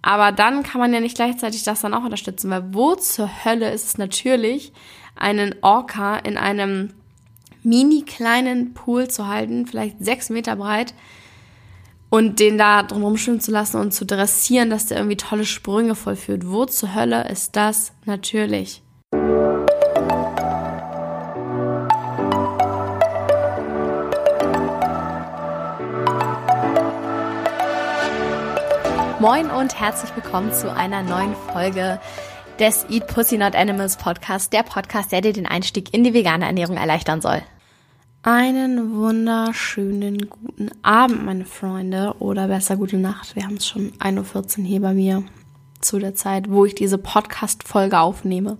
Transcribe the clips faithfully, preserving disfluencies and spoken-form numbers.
Aber dann kann man ja nicht gleichzeitig das dann auch unterstützen, weil wo zur Hölle ist es natürlich, einen Orca in einem mini kleinen Pool zu halten, vielleicht sechs Meter breit, und den da drum rumschwimmen zu lassen und zu dressieren, dass der irgendwie tolle Sprünge vollführt. Wo zur Hölle ist das natürlich? Moin und herzlich willkommen zu einer neuen Folge des Eat Pussy Not Animals Podcast, der Podcast, der dir den Einstieg in die vegane Ernährung erleichtern soll. Einen wunderschönen guten Abend, meine Freunde, oder besser gute Nacht. Wir haben es schon ein Uhr vierzehn hier bei mir zu der Zeit, wo ich diese Podcast-Folge aufnehme.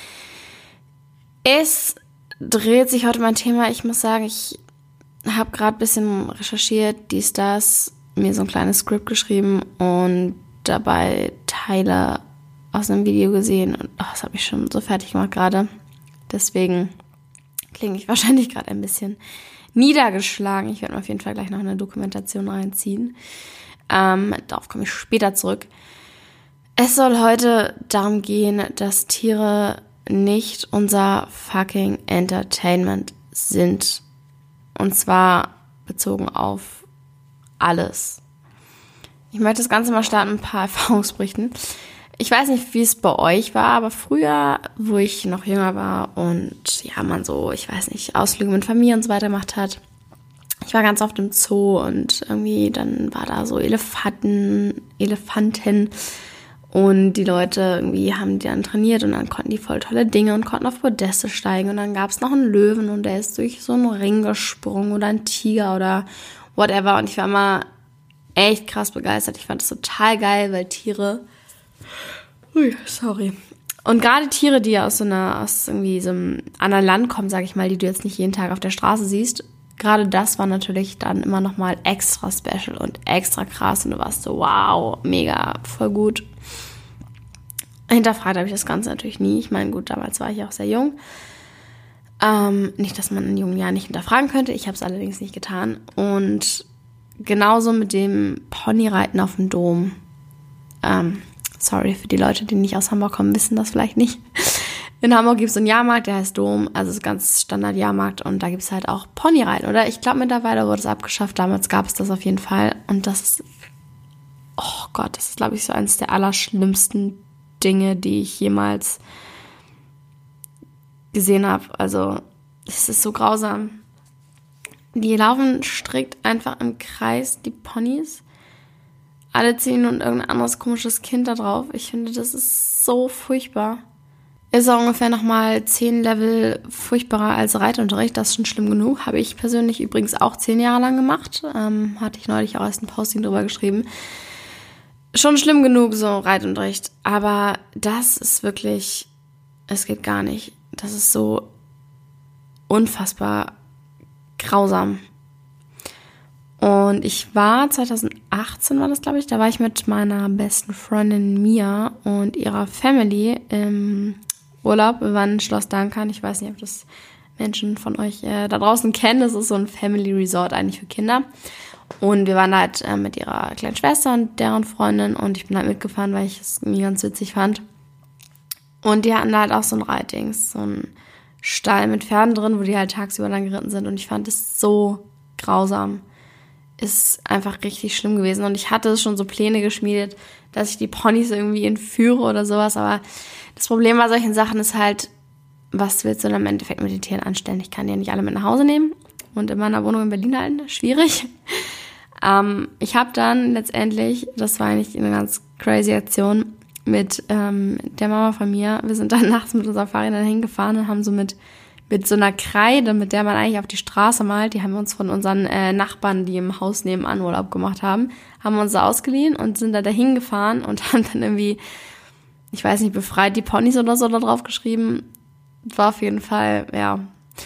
Es dreht sich heute mein Thema. Ich muss sagen, ich habe gerade ein bisschen recherchiert, dies, das, mir so ein kleines Skript geschrieben und dabei Teile aus einem Video gesehen. Und oh, das habe ich schon so fertig gemacht gerade. Deswegen klinge ich wahrscheinlich gerade ein bisschen niedergeschlagen. Ich werde mir auf jeden Fall gleich noch eine Dokumentation reinziehen. Ähm, darauf komme ich später zurück. Es soll heute darum gehen, dass Tiere nicht unser fucking Entertainment sind. Und zwar bezogen auf alles. Ich möchte das Ganze mal starten mit ein paar Erfahrungsberichten. Ich weiß nicht, wie es bei euch war, aber früher, wo ich noch jünger war und ja, man so, ich weiß nicht, Ausflüge mit Familie und so weiter gemacht hat. Ich war ganz oft im Zoo und irgendwie dann war da so Elefanten, Elefanten und die Leute irgendwie haben die dann trainiert und dann konnten die voll tolle Dinge und konnten auf Podeste steigen und dann gab es noch einen Löwen und der ist durch so einen Ring gesprungen oder ein Tiger oder whatever, und ich war immer echt krass begeistert. Ich fand das total geil, weil Tiere, ui, sorry, und gerade Tiere, die aus so einer, aus irgendwie so einem anderen Land kommen, sag ich mal, die du jetzt nicht jeden Tag auf der Straße siehst, gerade das war natürlich dann immer nochmal extra special und extra krass und du warst so, wow, mega, voll gut. Hinterfragt habe ich das Ganze natürlich nie. Ich meine, gut, damals war ich auch sehr jung. Ähm, nicht, dass man in jungen Jahren nicht hinterfragen könnte. Ich habe es allerdings nicht getan. Und genauso mit dem Ponyreiten auf dem Dom. Ähm, sorry, für die Leute, die nicht aus Hamburg kommen, wissen das vielleicht nicht. In Hamburg gibt es so einen Jahrmarkt, der heißt Dom. Also es ist ganz Standard-Jahrmarkt. Und da gibt es halt auch Ponyreiten. Oder ich glaube, mittlerweile wurde es abgeschafft. Damals gab es das auf jeden Fall. Und das ist, oh Gott, das ist, glaube ich, so eines der allerschlimmsten Dinge, die ich jemals gesehen habe. Also es ist so grausam. Die laufen strikt einfach im Kreis, die Ponys. Alle ziehen und irgendein anderes komisches Kind da drauf. Ich finde, das ist so furchtbar. Ist auch ungefähr nochmal zehn Level furchtbarer als Reitunterricht. Das ist schon schlimm genug. Habe ich persönlich übrigens auch zehn Jahre lang gemacht. Ähm, hatte ich neulich auch erst ein Posting drüber geschrieben. Schon schlimm genug, so Reitunterricht. Aber das ist wirklich, es geht gar nicht. Das ist so unfassbar grausam. Und ich war, zwanzig achtzehn war das, glaube ich, da war ich mit meiner besten Freundin Mia und ihrer Family im Urlaub. Wir waren in Schloss Dankan. Ich weiß nicht, ob das Menschen von euch äh, da draußen kennen. Das ist so ein Family Resort eigentlich für Kinder. Und wir waren halt äh, mit ihrer kleinen Schwester und deren Freundin und ich bin halt mitgefahren, weil ich es irgendwie ganz witzig fand. Und die hatten halt auch so ein Reitdings, so ein Stall mit Pferden drin, wo die halt tagsüber lang geritten sind. Und ich fand es so grausam. Ist einfach richtig schlimm gewesen. Und ich hatte schon so Pläne geschmiedet, dass ich die Ponys irgendwie entführe oder sowas. Aber das Problem bei solchen Sachen ist halt, was willst du dann im Endeffekt mit den Tieren anstellen? Ich kann die ja nicht alle mit nach Hause nehmen und in meiner Wohnung in Berlin halten. Schwierig. Ähm, ich habe dann letztendlich, das war eigentlich eine ganz crazy Aktion, mit ähm, der Mama von mir, wir sind dann nachts mit unserem Fahrrad dann hingefahren und haben so mit, mit so einer Kreide, mit der man eigentlich auf die Straße malt, die haben wir uns von unseren äh, Nachbarn, die im Haus nebenan Urlaub gemacht haben, haben wir uns da ausgeliehen und sind da dahin gefahren und haben dann irgendwie, ich weiß nicht, befreit die Ponys oder so da drauf geschrieben. War auf jeden Fall, ja,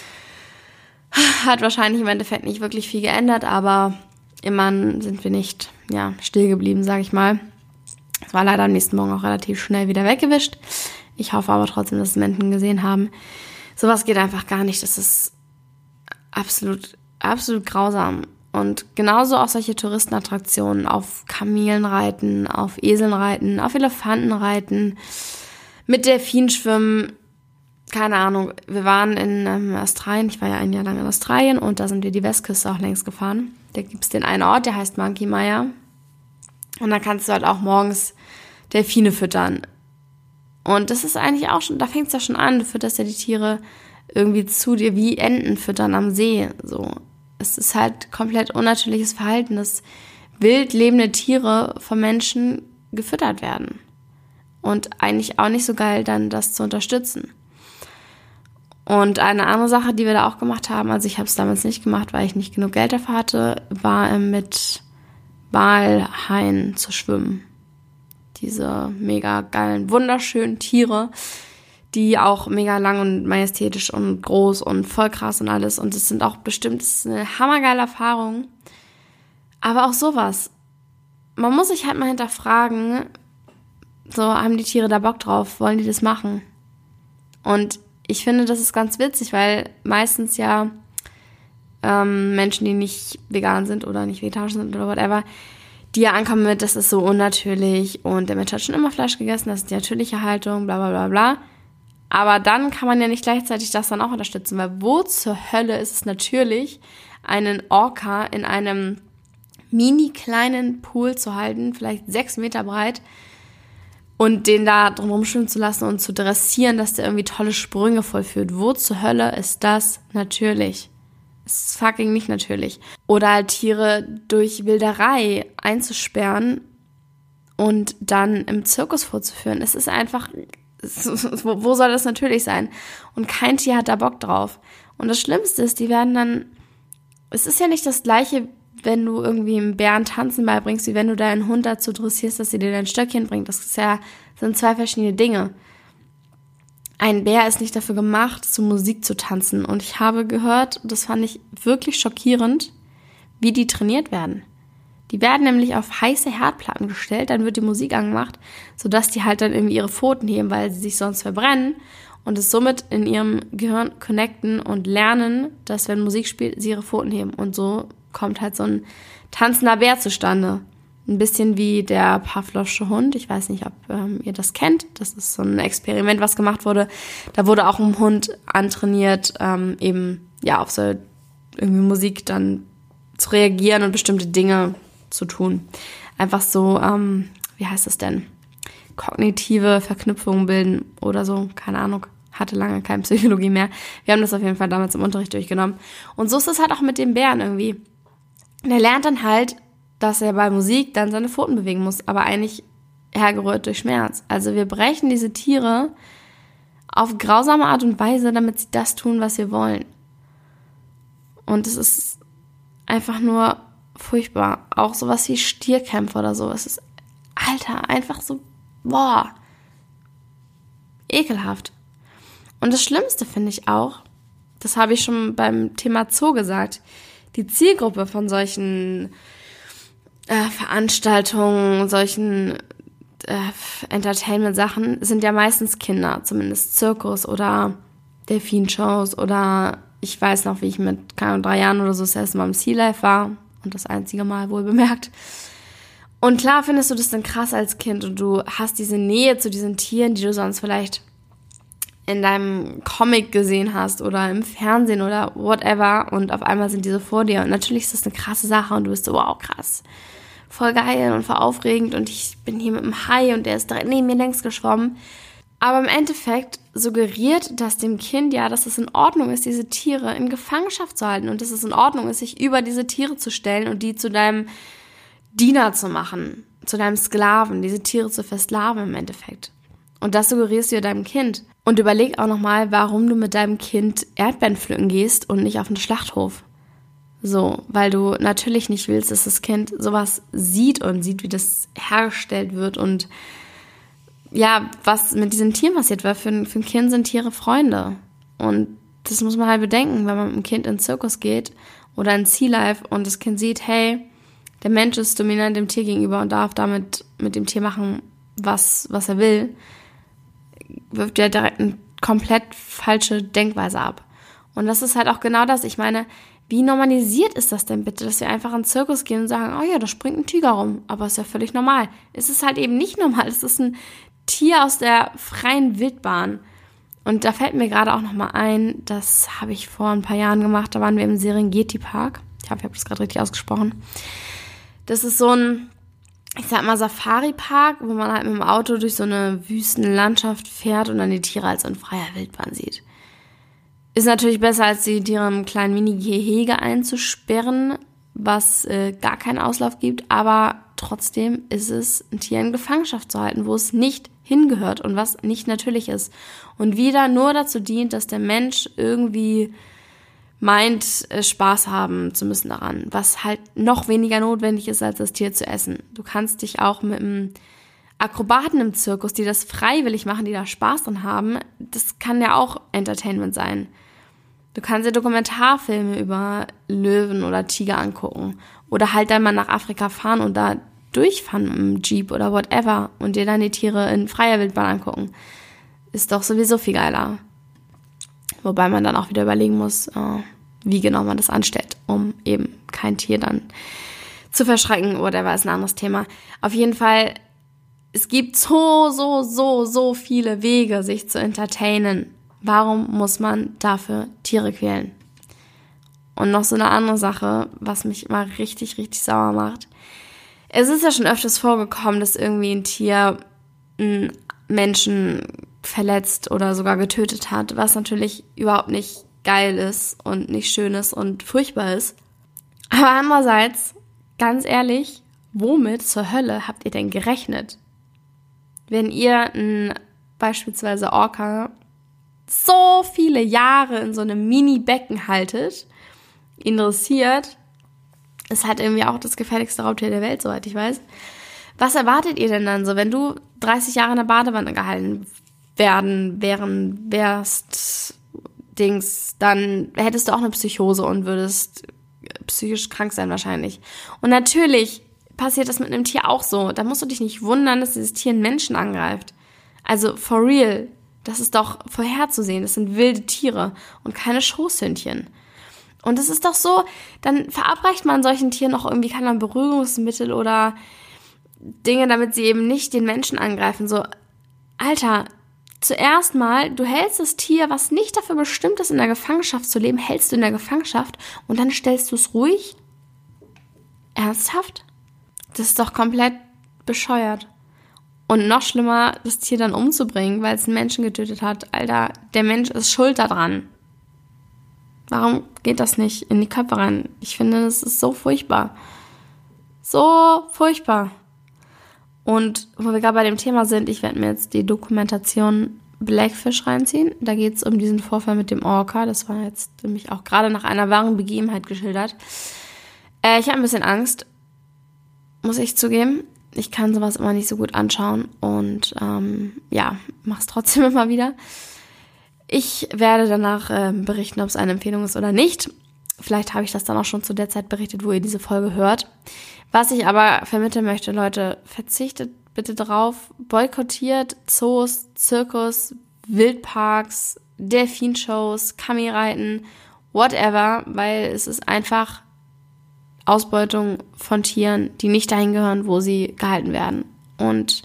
hat wahrscheinlich im Endeffekt nicht wirklich viel geändert, aber immerhin sind wir nicht, ja, still geblieben, sag ich mal. Es war leider am nächsten Morgen auch relativ schnell wieder weggewischt. Ich hoffe aber trotzdem, dass es Menschen gesehen haben. Sowas geht einfach gar nicht. Das ist absolut, absolut grausam. Und genauso auch solche Touristenattraktionen, auf Kamelen reiten, auf Eseln reiten, auf Elefanten reiten, mit Delfinen schwimmen, keine Ahnung. Wir waren in ähm, Australien, ich war ja ein Jahr lang in Australien und da sind wir die Westküste auch längst gefahren. Da gibt es den einen Ort, der heißt Monkey Mia. Und da kannst du halt auch morgens Delfine füttern. Und das ist eigentlich auch schon, da fängt es ja schon an, du fütterst ja die Tiere irgendwie zu dir wie Enten füttern am See, so. Es ist halt komplett unnatürliches Verhalten, dass wild lebende Tiere von Menschen gefüttert werden. Und eigentlich auch nicht so geil, dann das zu unterstützen. Und eine andere Sache, die wir da auch gemacht haben, also ich habe es damals nicht gemacht, weil ich nicht genug Geld dafür hatte, war mit Walhaien zu schwimmen. Diese mega geilen, wunderschönen Tiere, die auch mega lang und majestätisch und groß und voll krass und alles. Und es sind auch bestimmt, es ist eine hammergeile Erfahrung. Aber auch sowas. Man muss sich halt mal hinterfragen, so, haben die Tiere da Bock drauf? Wollen die das machen? Und ich finde, das ist ganz witzig, weil meistens ja ähm, Menschen, die nicht vegan sind oder nicht vegetarisch sind oder whatever, die ja ankommen mit, das ist so unnatürlich und der Mensch hat schon immer Fleisch gegessen, das ist die natürliche Haltung, bla bla bla bla. Aber dann kann man ja nicht gleichzeitig das dann auch unterstützen, weil wo zur Hölle ist es natürlich, einen Orca in einem mini kleinen Pool zu halten, vielleicht sechs Meter breit, und den da drumherum schwimmen zu lassen und zu dressieren, dass der irgendwie tolle Sprünge vollführt. Wo zur Hölle ist das natürlich? Es ist fucking nicht natürlich. Oder halt Tiere durch Wilderei einzusperren und dann im Zirkus vorzuführen. Es ist einfach, wo soll das natürlich sein? Und kein Tier hat da Bock drauf. Und das Schlimmste ist, die werden dann, es ist ja nicht das Gleiche, wenn du irgendwie einem Bären tanzen beibringst, wie wenn du deinen Hund dazu dressierst, dass sie dir dein Stöckchen bringt. Das ist ja, sind zwei verschiedene Dinge. Ein Bär ist nicht dafür gemacht, zu Musik zu tanzen. Und ich habe gehört, das fand ich wirklich schockierend, wie die trainiert werden. Die werden nämlich auf heiße Herdplatten gestellt, dann wird die Musik angemacht, sodass die halt dann irgendwie ihre Pfoten heben, weil sie sich sonst verbrennen und es somit in ihrem Gehirn connecten und lernen, dass wenn Musik spielt, sie ihre Pfoten heben. Und so kommt halt so ein tanzender Bär zustande. Ein bisschen wie der Pavlovsche Hund. Ich weiß nicht, ob ähm, ihr das kennt. Das ist so ein Experiment, was gemacht wurde. Da wurde auch ein Hund antrainiert, ähm, eben ja auf so irgendwie Musik dann zu reagieren und bestimmte Dinge zu tun. Einfach so, ähm, wie heißt das denn? Kognitive Verknüpfungen bilden oder so. Keine Ahnung. Hatte lange keine Psychologie mehr. Wir haben das auf jeden Fall damals im Unterricht durchgenommen. Und so ist es halt auch mit dem Bären irgendwie. Und er lernt dann halt, dass er bei Musik dann seine Pfoten bewegen muss, aber eigentlich hergerührt durch Schmerz. Also wir brechen diese Tiere auf grausame Art und Weise, damit sie das tun, was wir wollen. Und es ist einfach nur furchtbar. Auch sowas wie Stierkämpfe oder so. Es ist, Alter, einfach so, boah, ekelhaft. Und das Schlimmste finde ich auch, das habe ich schon beim Thema Zoo gesagt, die Zielgruppe von solchen äh, Veranstaltungen, solchen äh, Entertainment-Sachen sind ja meistens Kinder, zumindest Zirkus oder Delfinshows oder ich weiß noch, wie ich mit keine Ahnung, drei Jahren oder so das erste Mal im Sea Life war und das einzige Mal wohl bemerkt. Und klar findest du das dann krass als Kind und du hast diese Nähe zu diesen Tieren, die du sonst vielleicht in deinem Comic gesehen hast oder im Fernsehen oder whatever und auf einmal sind diese vor dir und natürlich ist das eine krasse Sache und du bist so, wow, krass, voll geil und voll aufregend und ich bin hier mit dem Hai und der ist direkt neben mir längs geschwommen. Aber im Endeffekt suggeriert das dem Kind ja, dass es in Ordnung ist, diese Tiere in Gefangenschaft zu halten und dass es in Ordnung ist, sich über diese Tiere zu stellen und die zu deinem Diener zu machen, zu deinem Sklaven, diese Tiere zu versklaven im Endeffekt. Und das suggerierst du ja deinem Kind. Und überleg auch nochmal, warum du mit deinem Kind Erdbeeren pflücken gehst und nicht auf den Schlachthof. So, weil du natürlich nicht willst, dass das Kind sowas sieht und sieht, wie das hergestellt wird und ja, was mit diesen Tieren passiert, weil für ein, für ein Kind sind Tiere Freunde. Und das muss man halt bedenken, wenn man mit dem Kind in den Zirkus geht oder in Sea Life und das Kind sieht, hey, der Mensch ist dominant dem Tier gegenüber und darf damit mit dem Tier machen, was, was er will, wirft ja direkt eine komplett falsche Denkweise ab. Und das ist halt auch genau das. Ich meine, Wie normalisiert ist das denn bitte, dass wir einfach in den Zirkus gehen und sagen, oh ja, da springt ein Tiger rum, aber ist ja völlig normal. Es ist halt eben nicht normal, es ist ein Tier aus der freien Wildbahn. Und da fällt mir gerade auch nochmal ein, das habe ich vor ein paar Jahren gemacht, da waren wir im Serengeti-Park. Ich hoffe, ich habe das gerade richtig ausgesprochen. Das ist so ein, ich sag mal, Safari-Park, wo man halt mit dem Auto durch so eine Wüstenlandschaft fährt und dann die Tiere als in freier Wildbahn sieht. Ist natürlich besser, als die Tiere im kleinen Mini-Gehege einzusperren, was äh, gar keinen Auslauf gibt, aber trotzdem ist es, ein Tier in Gefangenschaft zu halten, wo es nicht hingehört und was nicht natürlich ist. Und wieder nur dazu dient, dass der Mensch irgendwie meint, äh, Spaß haben zu müssen daran, was halt noch weniger notwendig ist, als das Tier zu essen. Du kannst dich auch mit einem Akrobaten im Zirkus, die das freiwillig machen, die da Spaß dran haben, das kann ja auch Entertainment sein. Du kannst dir Dokumentarfilme über Löwen oder Tiger angucken oder halt dann mal nach Afrika fahren und da durchfahren mit dem Jeep oder whatever und dir dann die Tiere in freier Wildbahn angucken. Ist doch sowieso viel geiler. Wobei man dann auch wieder überlegen muss, wie genau man das anstellt, um eben kein Tier dann zu verschrecken. Whatever ist ein anderes Thema. Auf jeden Fall, es gibt so, so, so, so viele Wege, sich zu entertainen. Warum muss man dafür Tiere quälen? Und noch so eine andere Sache, was mich immer richtig, richtig sauer macht. Es ist ja schon öfters vorgekommen, dass irgendwie ein Tier einen Menschen verletzt oder sogar getötet hat, was natürlich überhaupt nicht geil ist und nicht schön ist und furchtbar ist. Aber andererseits, ganz ehrlich, womit zur Hölle habt ihr denn gerechnet? Wenn ihr ein, beispielsweise Orca so viele Jahre in so einem Mini-Becken haltet, ihn dressiert, ist halt irgendwie auch das gefährlichste Raubtier der Welt, soweit ich weiß. Was erwartet ihr denn dann so, wenn du dreißig Jahre in der Badewanne gehalten werden, wären, wärst, Dings, dann hättest du auch eine Psychose und würdest psychisch krank sein wahrscheinlich. Und natürlich passiert das mit einem Tier auch so. Da musst du dich nicht wundern, dass dieses Tier einen Menschen angreift. Also for real. Das ist doch vorherzusehen. Das sind wilde Tiere und keine Schoßhündchen. Und es ist doch so, dann verabreicht man solchen Tieren noch irgendwie, keine Ahnung, Beruhigungsmittel oder Dinge, damit sie eben nicht den Menschen angreifen. So, Alter, zuerst mal, du hältst das Tier, was nicht dafür bestimmt ist, in der Gefangenschaft zu leben, hältst du in der Gefangenschaft und dann stellst du es ruhig? Ernsthaft? Das ist doch komplett bescheuert. Und noch schlimmer, das Tier dann umzubringen, weil es einen Menschen getötet hat. Alter, der Mensch ist schuld daran. Warum geht das nicht in die Köpfe rein? Ich finde, das ist so furchtbar. So furchtbar. Und wo wir gerade bei dem Thema sind, ich werde mir jetzt die Dokumentation Blackfish reinziehen. Da geht es um diesen Vorfall mit dem Orca. Das war jetzt nämlich auch gerade nach einer wahren Begebenheit geschildert. Äh, ich habe ein bisschen Angst, muss ich zugeben. Ich kann sowas immer nicht so gut anschauen und ähm, ja, mach's trotzdem immer wieder. Ich werde danach äh, berichten, ob es eine Empfehlung ist oder nicht. Vielleicht habe ich das dann auch schon zu der Zeit berichtet, wo ihr diese Folge hört. Was ich aber vermitteln möchte, Leute, verzichtet bitte drauf, boykottiert Zoos, Zirkus, Wildparks, Delfinshows, Kami-Reiten, whatever, weil es ist einfach Ausbeutung von Tieren, die nicht dahin gehören, wo sie gehalten werden. Und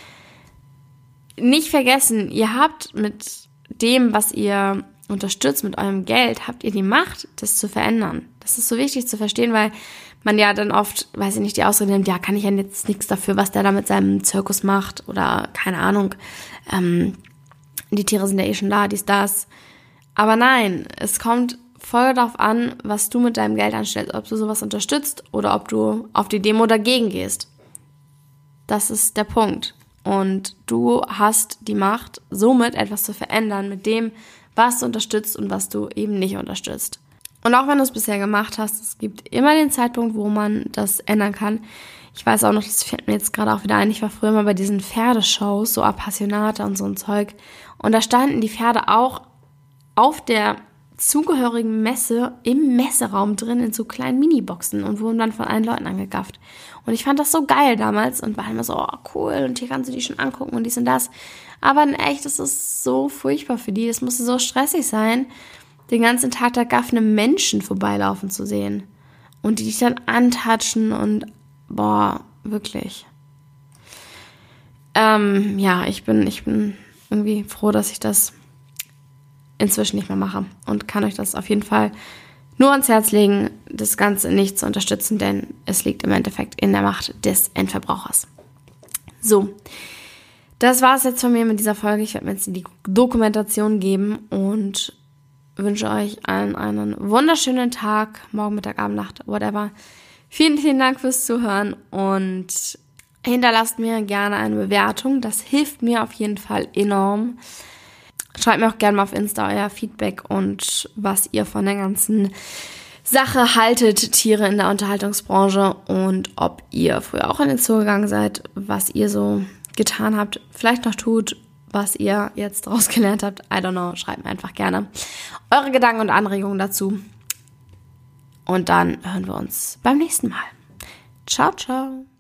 nicht vergessen, ihr habt mit dem, was ihr unterstützt, mit eurem Geld, habt ihr die Macht, das zu verändern. Das ist so wichtig zu verstehen, weil man ja dann oft, weiß ich nicht, die Ausrede nimmt, ja, kann ich ja jetzt nichts dafür, was der da mit seinem Zirkus macht oder keine Ahnung, ähm, die Tiere sind ja eh schon da, dies, das. Aber nein, es kommt voll darauf an, was du mit deinem Geld anstellst, ob du sowas unterstützt oder ob du auf die Demo dagegen gehst. Das ist der Punkt. Und du hast die Macht, somit etwas zu verändern mit dem, was du unterstützt und was du eben nicht unterstützt. Und auch wenn du es bisher gemacht hast, es gibt immer den Zeitpunkt, wo man das ändern kann. Ich weiß auch noch, das fällt mir jetzt gerade auch wieder ein, ich war früher mal bei diesen Pferdeshows, so Appassionata und so ein Zeug. Und da standen die Pferde auch auf der zugehörigen Messe im Messeraum drin in so kleinen Miniboxen und wurden dann von allen Leuten angegafft. Und ich fand das so geil damals und war immer so, oh cool, und hier kannst du die schon angucken und dies und das. Aber in echt, das ist so furchtbar für die, das musste so stressig sein. den ganzen Tag da gaffende Menschen vorbeilaufen zu sehen und die dich dann antatschen und boah, wirklich. Ähm, ja, ich bin, ich bin irgendwie froh, dass ich das inzwischen nicht mehr mache und kann euch das auf jeden Fall nur ans Herz legen, das Ganze nicht zu unterstützen, denn es liegt im Endeffekt in der Macht des Endverbrauchers. So, das war es jetzt von mir mit dieser Folge. Ich werde mir jetzt die Dokumentation geben und wünsche euch allen einen wunderschönen Tag, morgen, Mittag, Abend, Nacht, whatever. Vielen, vielen Dank fürs Zuhören und hinterlasst mir gerne eine Bewertung. Das hilft mir auf jeden Fall enorm. Schreibt mir auch gerne mal auf Insta euer Feedback und was ihr von der ganzen Sache haltet, Tiere in der Unterhaltungsbranche und ob ihr früher auch in den Zoo gegangen seid, was ihr so getan habt, vielleicht noch tut, was ihr jetzt daraus gelernt habt. I don't know, schreibt mir einfach gerne eure Gedanken und Anregungen dazu. Und dann hören wir uns beim nächsten Mal. Ciao, ciao.